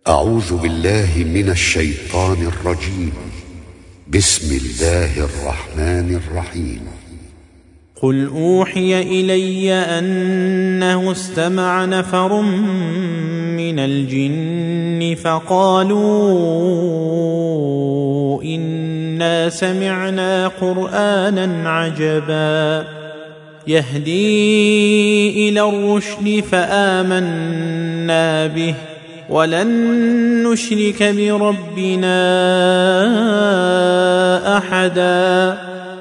أعوذ بالله من الشيطان الرجيم. بسم الله الرحمن الرحيم. قل أوحي إلي أنه استمع نفر من الجن فقالوا إنا سمعنا قرآنا عجبا يهدي إلى الرشد فآمنا به ولن نشرك بربنا أحدا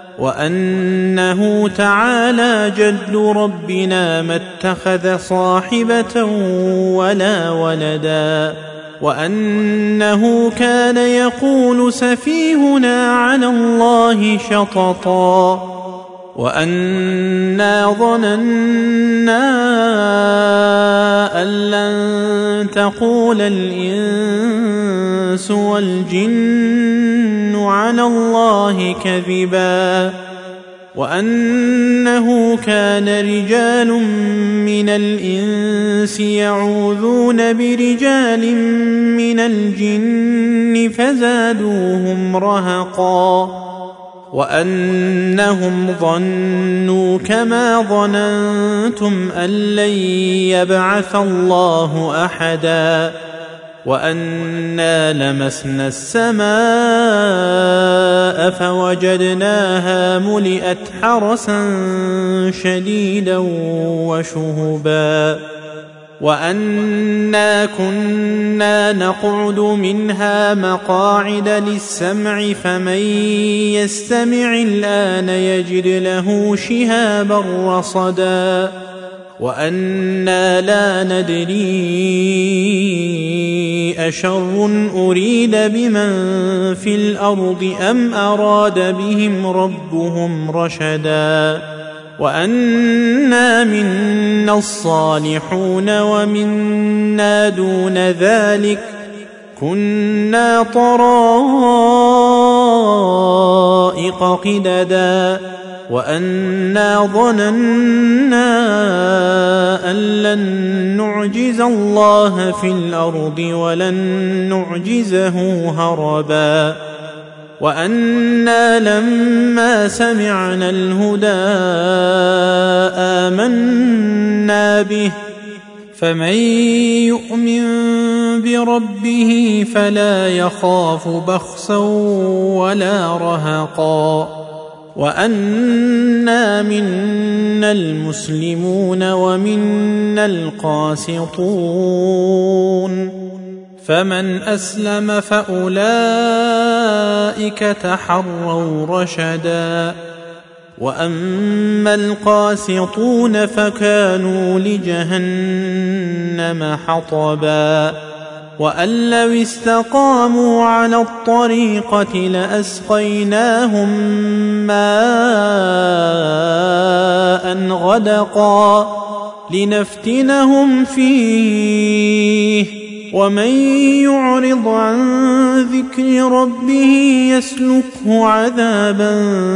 وأنه تعالى جد ربنا ما اتخذ صاحبة ولا ولدا وأنه كان يقول سفيهنا على الله شططا وأنا ظننا أن لن تقول الإنس والجن على الله كذبا وأنه كان رجال من الإنس يعوذون برجال من الجن فزادوهم رهقا وأنهم ظنوا كما ظننتم أن لن يبعث الله أحدا وأنا لمسنا السماء فوجدناها ملئت حرسا شديدا وشهبا وأنا كنا نقعد منها مقاعد للسمع فمن يستمع الآن يجد له شهابا رصدا وأنا لا ندري أشر أريد بمن في الأرض أم أراد بهم ربهم رشدا وأنا منا الصالحون ومنا دون ذلك كنا طرائق قددا وأنا ظننا أن لن نعجز الله في الأرض ولن نعجزه هربا وأنا لما سمعنا الهدى آمنا به فمن يؤمن بربه فلا يخاف بخسا ولا رهقا وأنا منا المسلمون ومنا القاسطون فمن أسلم فأولئك تحروا رشدا وأما القاسطون فكانوا لجهنم حطبا وأن لو استقاموا على الطريقة لأسقيناهم ماء غدقا لنفتنهم فيه ومن يعرض عن ذكر ربه يسلكه عذابا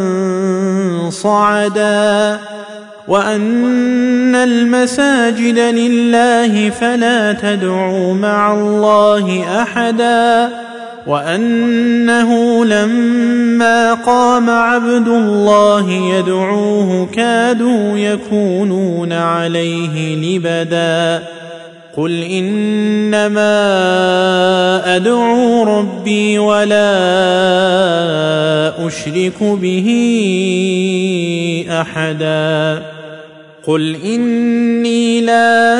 صعدا وأن المساجد لله فلا تدعوا مع الله أحدا وأنه لما قام عبد الله يدعوه كادوا يكونون عليه لبدا قل إنما أدعو ربي ولا أشرك به أحدا قل إني لا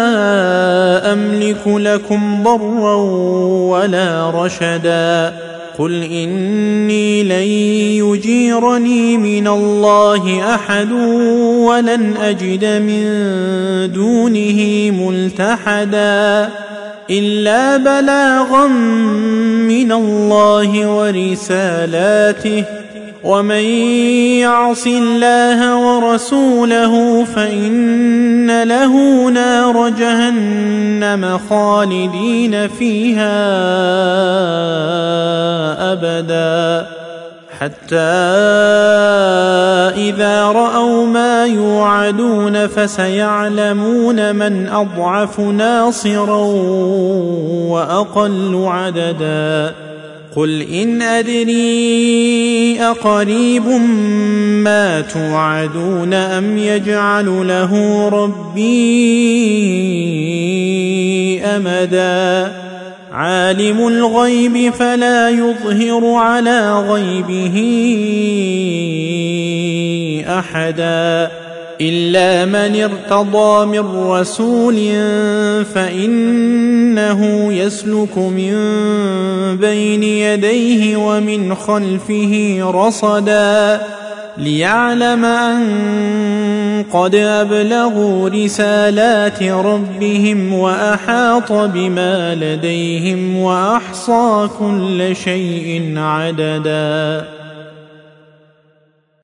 أملك لكم ضرا ولا رشدا قل إني لن يجيرني من الله أحد ولن أجد من دونه ملتحدا إلا بلاغا من الله ورسالاته ومن يعص الله ورسوله فإن له نار جهنم خالدين فيها أبدا حتى إذا رأوا ما يوعدون فسيعلمون من أضعف ناصرا وأقل عددا قل إن أدري أقريب ما توعدون أم يجعل له ربي أمدا عالم الغيب فلا يظهر على غيبه أحدا إلا من ارتضى من رسول فإنه يسلك من بين يديه ومن خلفه رصدا ليعلم أن قد أبلغوا رسالات ربهم وأحاط بما لديهم وأحصى كل شيء عددا